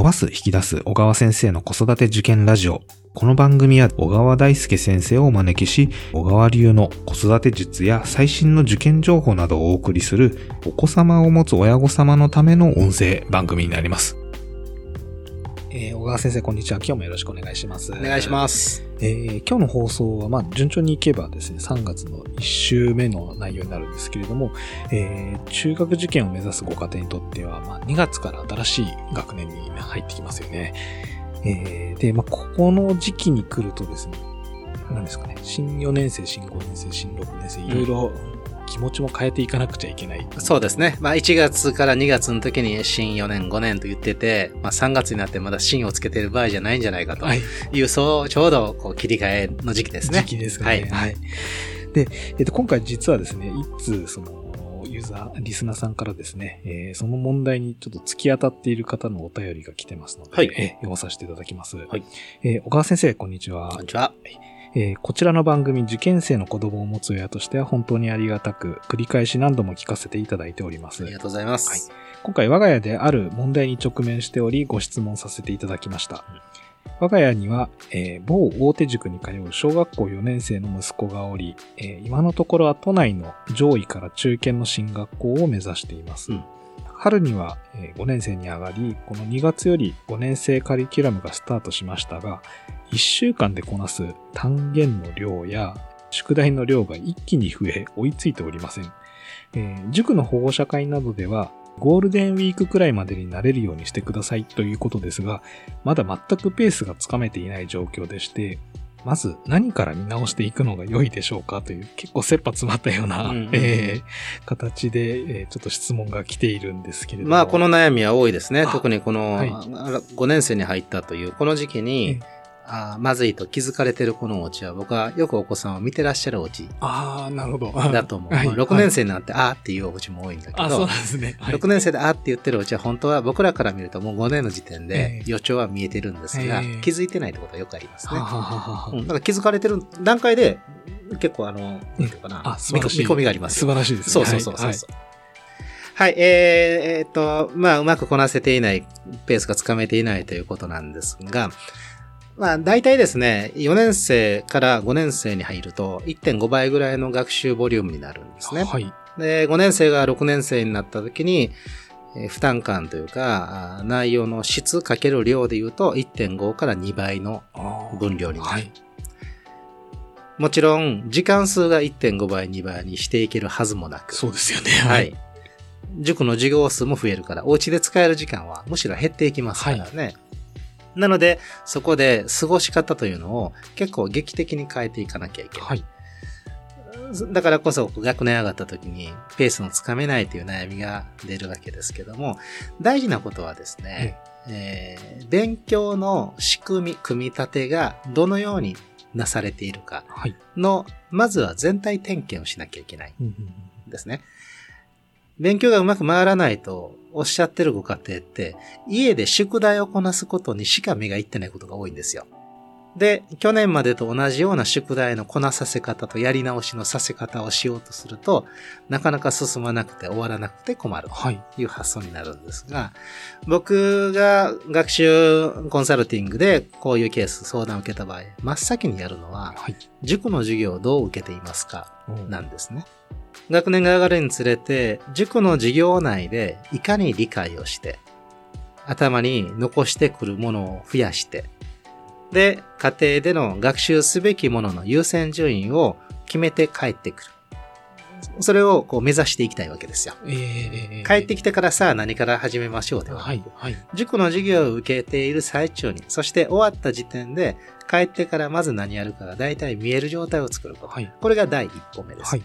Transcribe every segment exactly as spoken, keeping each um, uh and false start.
ばす引き出す小川先生の子育て受験ラジオ。この番組は小川大輔先生をお招きし、小川流の子育て術や最新の受験情報などをお送りするお子様を持つ親御様のための音声番組になります。えー、小川先生こんにちは。今日もよろしくお願いします。 お願いします。 えー、今日の放送はまあ順調にいけばですね、さんがつのいっ週目の内容になるんですけれども、えー、中学受験を目指すご家庭にとっては、まあ、にがつから新しい学年に入ってきますよね。えー、で、まあ、ここの時期に来るとですね、何ですかね、新よねん生、新ごねん生、新ろくねん生、いろいろ気持ちも変えていかなくちゃいけない。 そうですね。まあいちがつからにがつの時に新よねん、ごねんと言ってて、まあさんがつになってまだ新をつけている場合じゃないんじゃないかという、はい、そう、ちょうどこう切り替えの時期ですね。 時期ですかね。はい。はい、で、えっと、今回実はですね、いつその、ユーザー、リスナーさんからですね、えー、その問題にちょっと突き当たっている方のお便りが来てますので、はい、えー、読まさせていただきます。はい。えー、小川先生、こんにちは。 こんにちは。 えー、こちらの番組、受験生の子供を持つ親としては本当にありがたく、繰り返し何度も聞かせていただいております。 ありがとうございます。 はい、今回我が家である問題に直面しており、ご質問させていただきました。うん、我が家には、えー、某大手塾に通う小学校よねん生の息子がおり、えー、今のところは都内の上位から中堅の進学校を目指しています。うん、春にはごねん生に上がり、このにがつよりごねん生カリキュラムがスタートしましたが、いっしゅうかんでこなす単元の量や宿題の量が一気に増え追いついておりません。えー、塾の保護者会などではゴールデンウィークくらいまでになれるようにしてくださいということですが、まだ全くペースがつかめていない状況でして、まず何から見直していくのが良いでしょうかという結構切羽詰まったような、うんうん、えー、形で、えー、ちょっと質問が来ているんですけれども。 まあこの悩みは多いですね。特にこの、はい、ごねん生に入ったというこの時期に、えーあまずいと気づかれてるこのお家は僕はよくお子さんを見てらっしゃるお家ああなるほどだと思う。はい、まあ、ろくねん生になってあーっていうお家も多いんだけど、あそうなんですね、はい、ろくねん生であーって言ってるお家は本当は僕らから見るともうごねんの時点で予兆は見えてるんですが、えー、気づいてないってことはよくありますね。はははうん、だから気づかれてる段階で結構あのなんていうかな、あ素晴らしい見込みがあります。 素晴らしいですね。 そうそうそうそうそう。はい、はい、えー、えー、っとまあうまくこなせていないペースがつかめていないということなんですが。まあ、大体ですね、よねん生からごねん生に入ると いってんご 倍ぐらいの学習ボリュームになるんですね。はい。で、ごねん生がろくねん生になった時に、えー、負担感というか、内容の質かける量で言うと いってんご からにばいの分量になる。はい。もちろん、時間数が いってんご 倍、にばいにしていけるはずもなく。 そうですよね。 はい。塾の授業数も増えるから、お家で使える時間はむしろ減っていきますからね。はい、なので、そこで過ごし方というのを結構劇的に変えていかなきゃいけない。はい、だからこそ学年上がった時にペースのつかめないという悩みが出るわけですけども、大事なことはですね、はい、えー、勉強の仕組み、組み立てがどのようになされているかの、はい、まずは全体点検をしなきゃいけないんですね。勉強がうまく回らないとおっしゃってるご家庭って、家で宿題をこなすことにしか目がいってないことが多いんですよ。で、去年までと同じような宿題のこなさせ方とやり直しのさせ方をしようとすると、なかなか進まなくて終わらなくて困るという発想になるんですが、はい、僕が学習コンサルティングでこういうケース相談を受けた場合、真っ先にやるのは、はい、塾の授業をどう受けていますかなんですね。学年が上がるにつれて、塾の授業内でいかに理解をして、頭に残してくるものを増やして、で、家庭での学習すべきものの優先順位を決めて帰ってくる。それをこう目指していきたいわけですよ。えー、帰ってきてからさあ何から始めましょうではなく、はいはい、塾の授業を受けている最中に、そして終わった時点で帰ってからまず何やるかが大体見える状態を作ること。はい、これが第一歩目です。はい、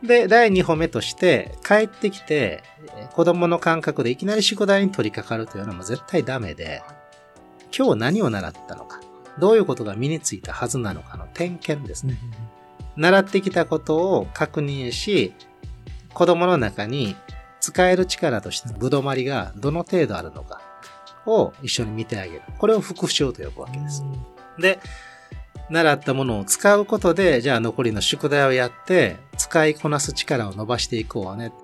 で、第二歩目として、帰ってきて、子供の感覚でいきなり宿題に取り掛かるというのはもう絶対ダメで、今日何を習ったのか、どういうことが身についたはずなのかの点検ですね。うん、習ってきたことを確認し、子供の中に使える力としてのぶどまりがどの程度あるのかを一緒に見てあげる。これを復習と呼ぶわけです。うん、で、習ったものを使うことで、じゃあ残りの宿題をやって、使いこなす力を伸ばしていこうね。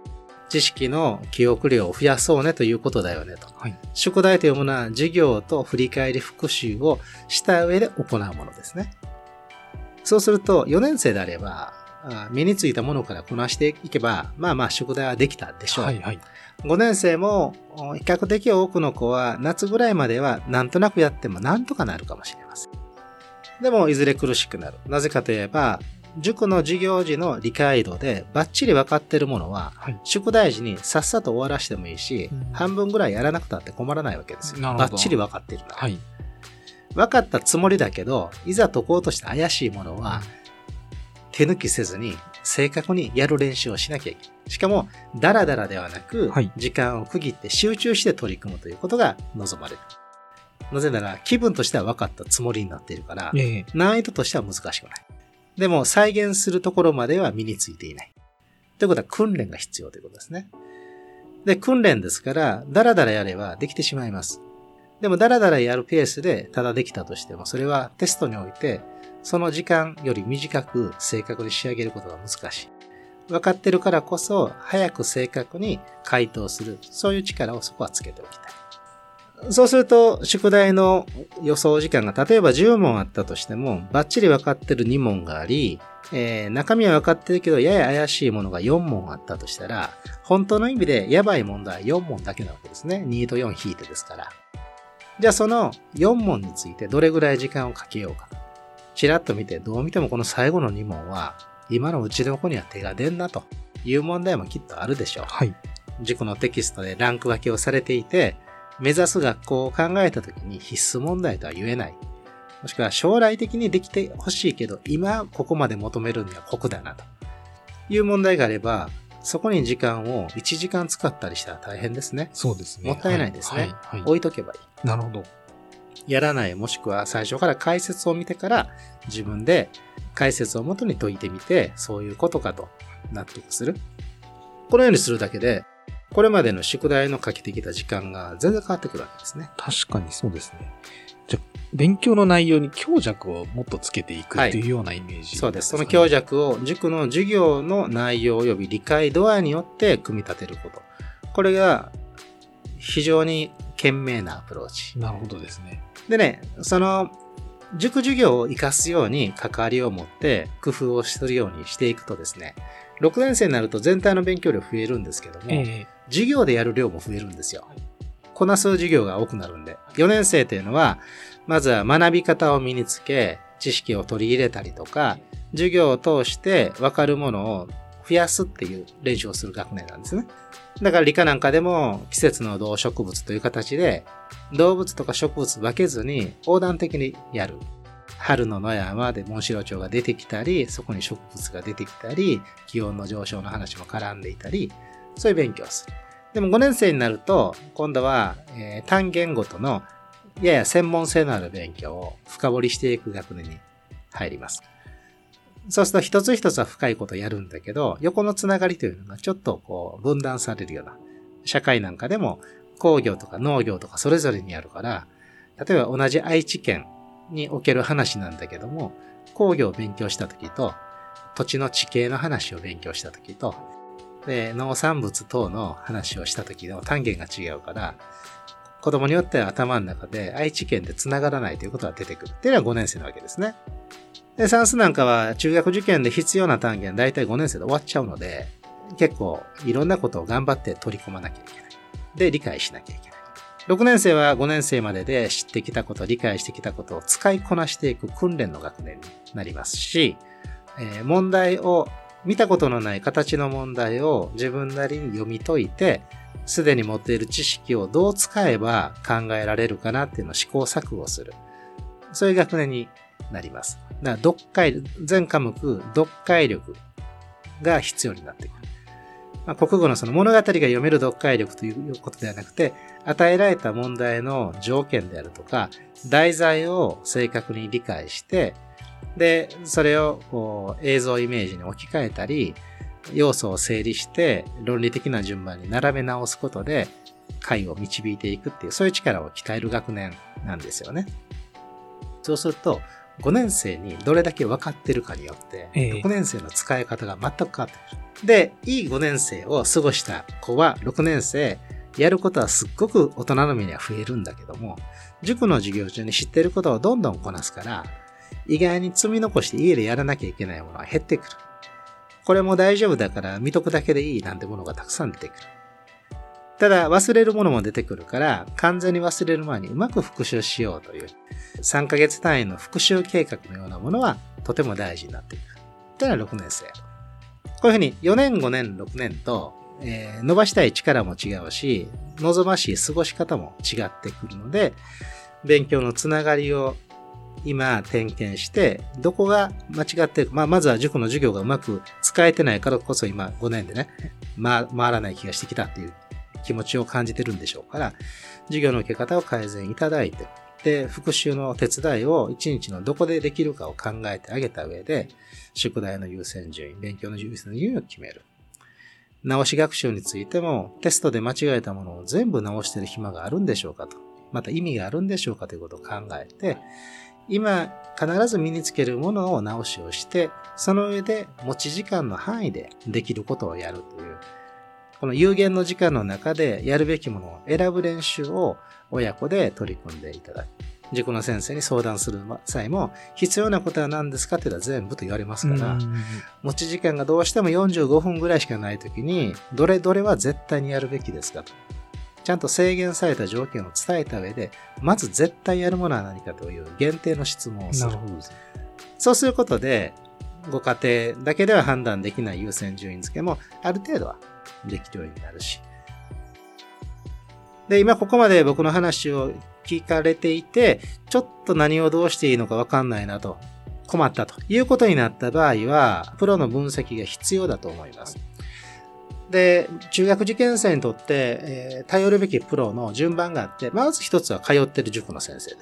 知識の記憶量を増やそうねということだよねと。 はい。 宿題というものは授業と振り返り復習をした上で行うものですね。そうするとよねん生であれば、身についたものからこなしていけば、まあまあ宿題はできたでしょう。 はいはい。 ごねん生も比較的多くの子は夏ぐらいまではなんとなくやってもなんとかなるかもしれません。でもいずれ苦しくなる。なぜかといえば、塾の授業時の理解度でバッチリ分かっているものは、はい、宿題時にさっさと終わらしてもいいし、うん、半分ぐらいやらなくたって困らないわけですよ。バッチリ分かっているなら。はい、分かったつもりだけど、いざ解こうとして怪しいものは、手抜きせずに正確にやる練習をしなきゃいけない。しかも、ダラダラではなく、はい、時間を区切って集中して取り組むということが望まれる。なぜなら、気分としては分かったつもりになっているから、ええ、難易度としては難しくない。でも、再現するところまでは身についていない。ということは、訓練が必要ということですね。で、訓練ですから、ダラダラやればできてしまいます。でも、ダラダラやるペースでただできたとしても、それはテストにおいて、その時間より短く正確に仕上げることが難しい。分かってるからこそ、早く正確に回答する。そういう力をそこはつけておきたい。そうすると、宿題の予想時間が例えばじゅう問あったとしても、バッチリ分かってるに問があり、えー、中身は分かってるけど、やや怪しいものがよん問あったとしたら、本当の意味でやばい問題はよん問だけなわけですね。にとよん引いてですから。じゃあそのよん問についてどれぐらい時間をかけようか。ちらっと見て、どう見てもこの最後のに問は、今のうちの子には手が出んなという問題もきっとあるでしょう。はい。塾のテキストでランク分けをされていて、目指す学校を考えたときに必須問題とは言えない。もしくは将来的にできてほしいけど、今ここまで求めるには酷だなという問題があれば、そこに時間をいちじかん使ったりしたら大変ですね。 そうですね。 もったいないですね。はいはいはい、置いとけばいい。 なるほど。 やらない、もしくは最初から解説を見てから自分で解説をもとに解いてみて、そういうことかと納得する。このようにするだけで、これまでの宿題の書きてきた時間が全然変わってくるわけですね。 確かにそうですね。じゃあ、勉強の内容に強弱をもっとつけていくっていうようなイメージ、ねはい、 そうです。その強弱を塾の授業の内容及び理解度合いによって組み立てること。これが非常に賢明なアプローチ。 なるほどですね。 でね、その塾授業を活かすように関わりを持って工夫をするようにしていくとですね、ろくねん生になると全体の勉強量増えるんですけども、えー、授業でやる量も増えるんですよ。こなす授業が多くなるんで。よねん生というのは、まずは学び方を身につけ、知識を取り入れたりとか、授業を通して分かるものを増やすっていう練習をする学年なんですね。だから理科なんかでも季節の動植物という形で動物とか植物分けずに横断的にやる。春の野山でモンシロチョウが出てきたり、そこに植物が出てきたり、気温の上昇の話も絡んでいたり、そういう勉強をする。でもごねん生になると今度は、えー、単元ごとのやや専門性のある勉強を深掘りしていく学年に入ります。そうすると一つ一つは深いことをやるんだけど、横のつながりというのがちょっとこう分断されるような。社会なんかでも工業とか農業とかそれぞれにあるから、例えば同じ愛知県における話なんだけども、工業を勉強したときと、土地の地形の話を勉強したときと、で農産物等の話をしたときの単元が違うから、子供によっては頭の中で愛知県で繋がらないということが出てくるっていうのはごねん生なわけですね。で、算数なんかは中学受験で必要な単元だいたいごねん生で終わっちゃうので、結構いろんなことを頑張って取り込まなきゃいけない。で、理解しなきゃいけない。ろくねん生はごねん生までで知ってきたこと、理解してきたことを使いこなしていく訓練の学年になりますし、えー、問題を、見たことのない形の問題を自分なりに読み解いて、すでに持っている知識をどう使えば考えられるかなっていうのを試行錯誤する。そういう学年になります。だから読解、全科目読解力が必要になってくる。まあ、国語のその物語が読める読解力ということではなくて、与えられた問題の条件であるとか、題材を正確に理解して、で、それをこう映像イメージに置き換えたり、要素を整理して論理的な順番に並べ直すことで解を導いていくっていう、そういう力を鍛える学年なんですよね。そうすると、 ごねん生にどれだけ分かってるかによって、 ええ、 ろくねん生の使い方が全く変わってくる。で、いいごねん生を過ごした子はろくねん生、やることはすっごく大人の目には増えるんだけども、塾の授業中に知ってることをどんどんこなすから、意外に積み残して家でやらなきゃいけないものは減ってくる。これも大丈夫だから見とくだけでいいなんてものがたくさん出てくる。ただ忘れるものも出てくるから、完全に忘れる前にうまく復習しようというさんかげつ単位の復習計画のようなものはとても大事になってくる。というのはろくねん生。こういうふうによねん、ごねん、ろくねんと、えー、伸ばしたい力も違うし、望ましい過ごし方も違ってくるので、勉強のつながりを今点検して、どこが間違っているか、まあ、まずは塾の授業がうまく使えてないからこそ今ごねんでね、ま、回らない気がしてきたっていう気持ちを感じてるんでしょうから、授業の受け方を改善いただいて、で、復習の手伝いを一日のどこでできるかを考えてあげた上で、宿題の優先順位、勉強の優先順位を決める。直し学習についても、テストで間違えたものを全部直している暇があるんでしょうかと。また意味があるんでしょうかということを考えて、今必ず身につけるものを直しをして、その上で持ち時間の範囲でできることをやるという、この有限の時間の中でやるべきものを選ぶ練習を親子で取り組んでいただく。塾の先生に相談する際も、必要なことは何ですかっていうのは全部と言われますから、持ち時間がどうしてもよんじゅうごふんぐらいしかないときに、どれどれは絶対にやるべきですかと。ちゃんと制限された条件を伝えた上で、まず絶対やるものは何かという限定の質問をする。なるほどですね。そうすることで、ご家庭だけでは判断できない優先順位付けもある程度はできるようになるし。で、今ここまで僕の話を聞かれていて、ちょっと何をどうしていいのかわかんないなと、困ったということになった場合は、プロの分析が必要だと思います。で、中学受験生にとって、えー、頼るべきプロの順番があって、まず一つは通っている塾の先生です。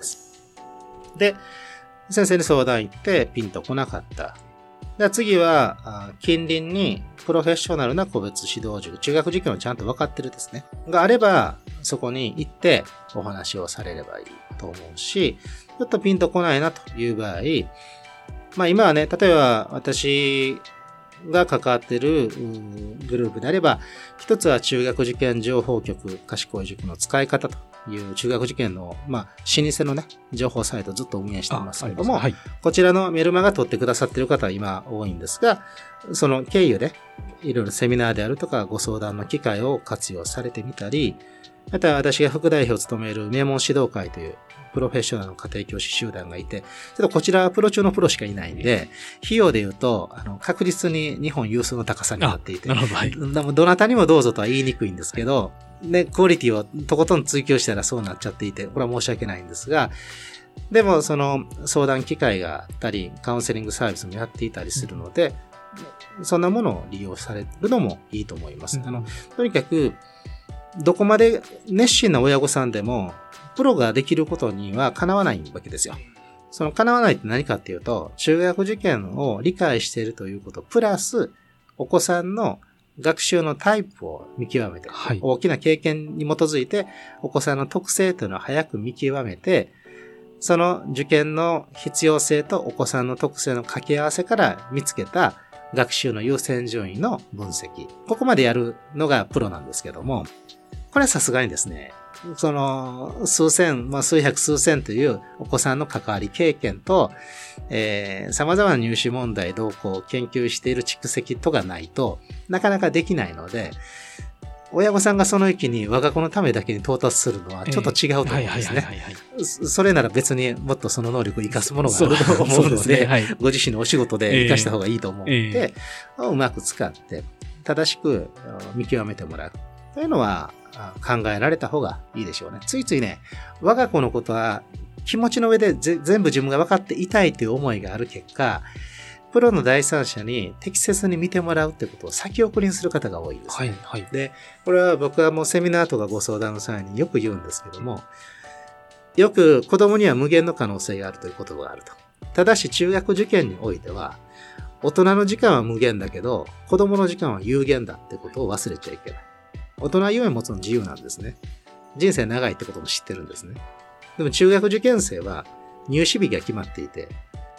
で、先生に相談行ってピンとこなかった。で次は、近隣にプロフェッショナルな個別指導塾、中学受験をちゃんと分かってるですね。があれば、そこに行ってお話をされればいいと思うし、ちょっとピンとこないなという場合、まあ今はね、例えば私が関わっているグループであれば、一つは中学受験情報局賢い塾の使い方という中学受験の、まあ、老舗のね、情報サイトをずっと運営していますけれども、はい、こちらのメルマガ取ってくださっている方は今多いんですが、その経由でいろいろセミナーであるとかご相談の機会を活用されてみたり、また私が副代表を務める名門指導会というプロフェッショナルの家庭教師集団がいて、ちょっとこちらはプロ中のプロしかいないんで、費用で言うと、あの、確実に日本有数の高さになっていて、なるほど、はい、どなたにもどうぞとは言いにくいんですけど、で、クオリティをとことん追求したらそうなっちゃっていて、これは申し訳ないんですが、でもその相談機会があったり、カウンセリングサービスもやっていたりするので、うん、そんなものを利用されるのもいいと思います。うん、あの、とにかく、どこまで熱心な親御さんでも、プロができることにはかなわないわけですよ。そのかなわないって何かっていうと、中学受験を理解しているということ、プラス、お子さんの学習のタイプを見極めて、はい、大きな経験に基づいて、お子さんの特性というのを早く見極めて、その受験の必要性とお子さんの特性の掛け合わせから見つけた学習の優先順位の分析。ここまでやるのがプロなんですけども、これはさすがにですね、その数千、まあ数百数千というお子さんの関わり経験と、えー、様々な入試問題動向を研究している蓄積とがないとなかなかできないので、親御さんがその域に我が子のためだけに到達するのはちょっと違うと思うんですね。それなら別にもっとその能力を活かすものがあると思うので、ねはい、ご自身のお仕事で活かした方がいいと思うので、えー、うまく使って正しく見極めてもらうというのは考えられた方がいいでしょうね。ついついね、我が子のことは気持ちの上で全部自分が分かっていたいという思いがある結果、プロの第三者に適切に見てもらうってことを先送りにする方が多いですね。はいはい、で、これは僕はもうセミナーとかご相談の際によく言うんですけども、よく子供には無限の可能性があるという言葉があると。ただし中学受験においては、大人の時間は無限だけど、子供の時間は有限だってことを忘れちゃいけない。大人は夢を持つの自由なんですね。人生長いってことも知ってるんですね。でも中学受験生は入試日が決まっていて、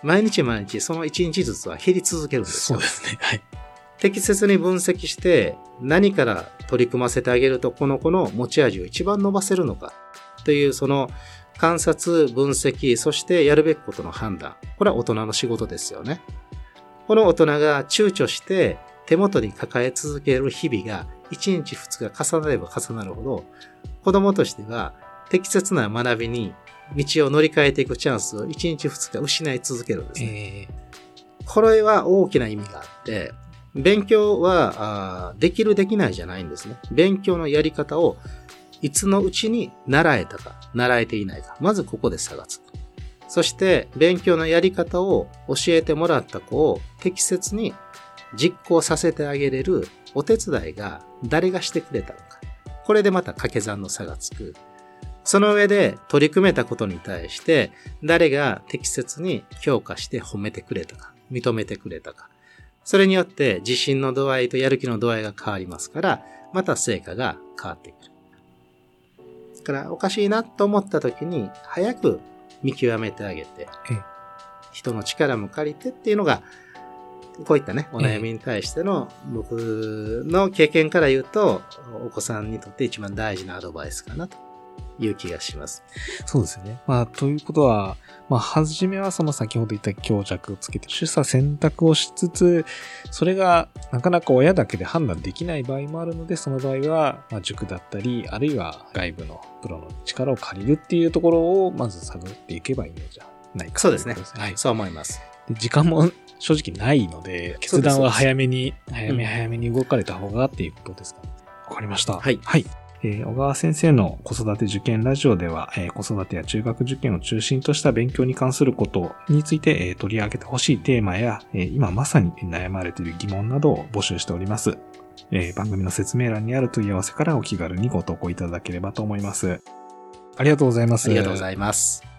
毎日毎日そのいちにちずつは減り続けるんですよ。 そうですね。はい。 適切に分析して何から取り組ませてあげるとこの子の持ち味を一番伸ばせるのかというその観察、分析、そしてやるべきことの判断。これは大人の仕事ですよね。この大人が躊躇して手元に抱え続ける日々がいちにちふつか重なれば重なるほど子供としては適切な学びに道を乗り換えていくチャンスをいちにちふつか失い続けるんですね。えー、これは大きな意味があって、勉強はできるできないじゃないんですね。勉強のやり方をいつのうちに習えたか、習えていないか。まずここで差がつく。そして勉強のやり方を教えてもらった子を適切に実行させてあげれるお手伝いが誰がしてくれたのか。これでまた掛け算の差がつく。その上で取り組めたことに対して誰が適切に評価して褒めてくれたか、認めてくれたか。それによって自信の度合いとやる気の度合いが変わりますから、また成果が変わってくる。だからおかしいなと思った時に早く見極めてあげて、人の力も借りてっていうのが、こういったね、お悩みに対しての僕の経験から言うと、お子さんにとって一番大事なアドバイスかなという気がします。 そうですね。まあ、ということは、まあ、はじめはその先ほど言った強弱をつけて、取捨選択をしつつ、それがなかなか親だけで判断できない場合もあるので、その場合は、まあ、塾だったり、あるいは外部のプロの力を借りるっていうところを、まず探っていけばいいのじゃないかということですね。 そうですね。はい。そう思います。 で、時間も正直ないので、決断は早めに、早め早めに動かれた方がっていうことですかね。わ、うん、かりました。 はい。 はい。えー、小川先生の子育て受験ラジオでは、えー、子育てや中学受験を中心とした勉強に関することについて、えー、取り上げてほしいテーマや、えー、今まさに悩まれている疑問などを募集しております。えー、番組の説明欄にある問い合わせからお気軽にご投稿いただければと思います。ありがとうございます。 ありがとうございます。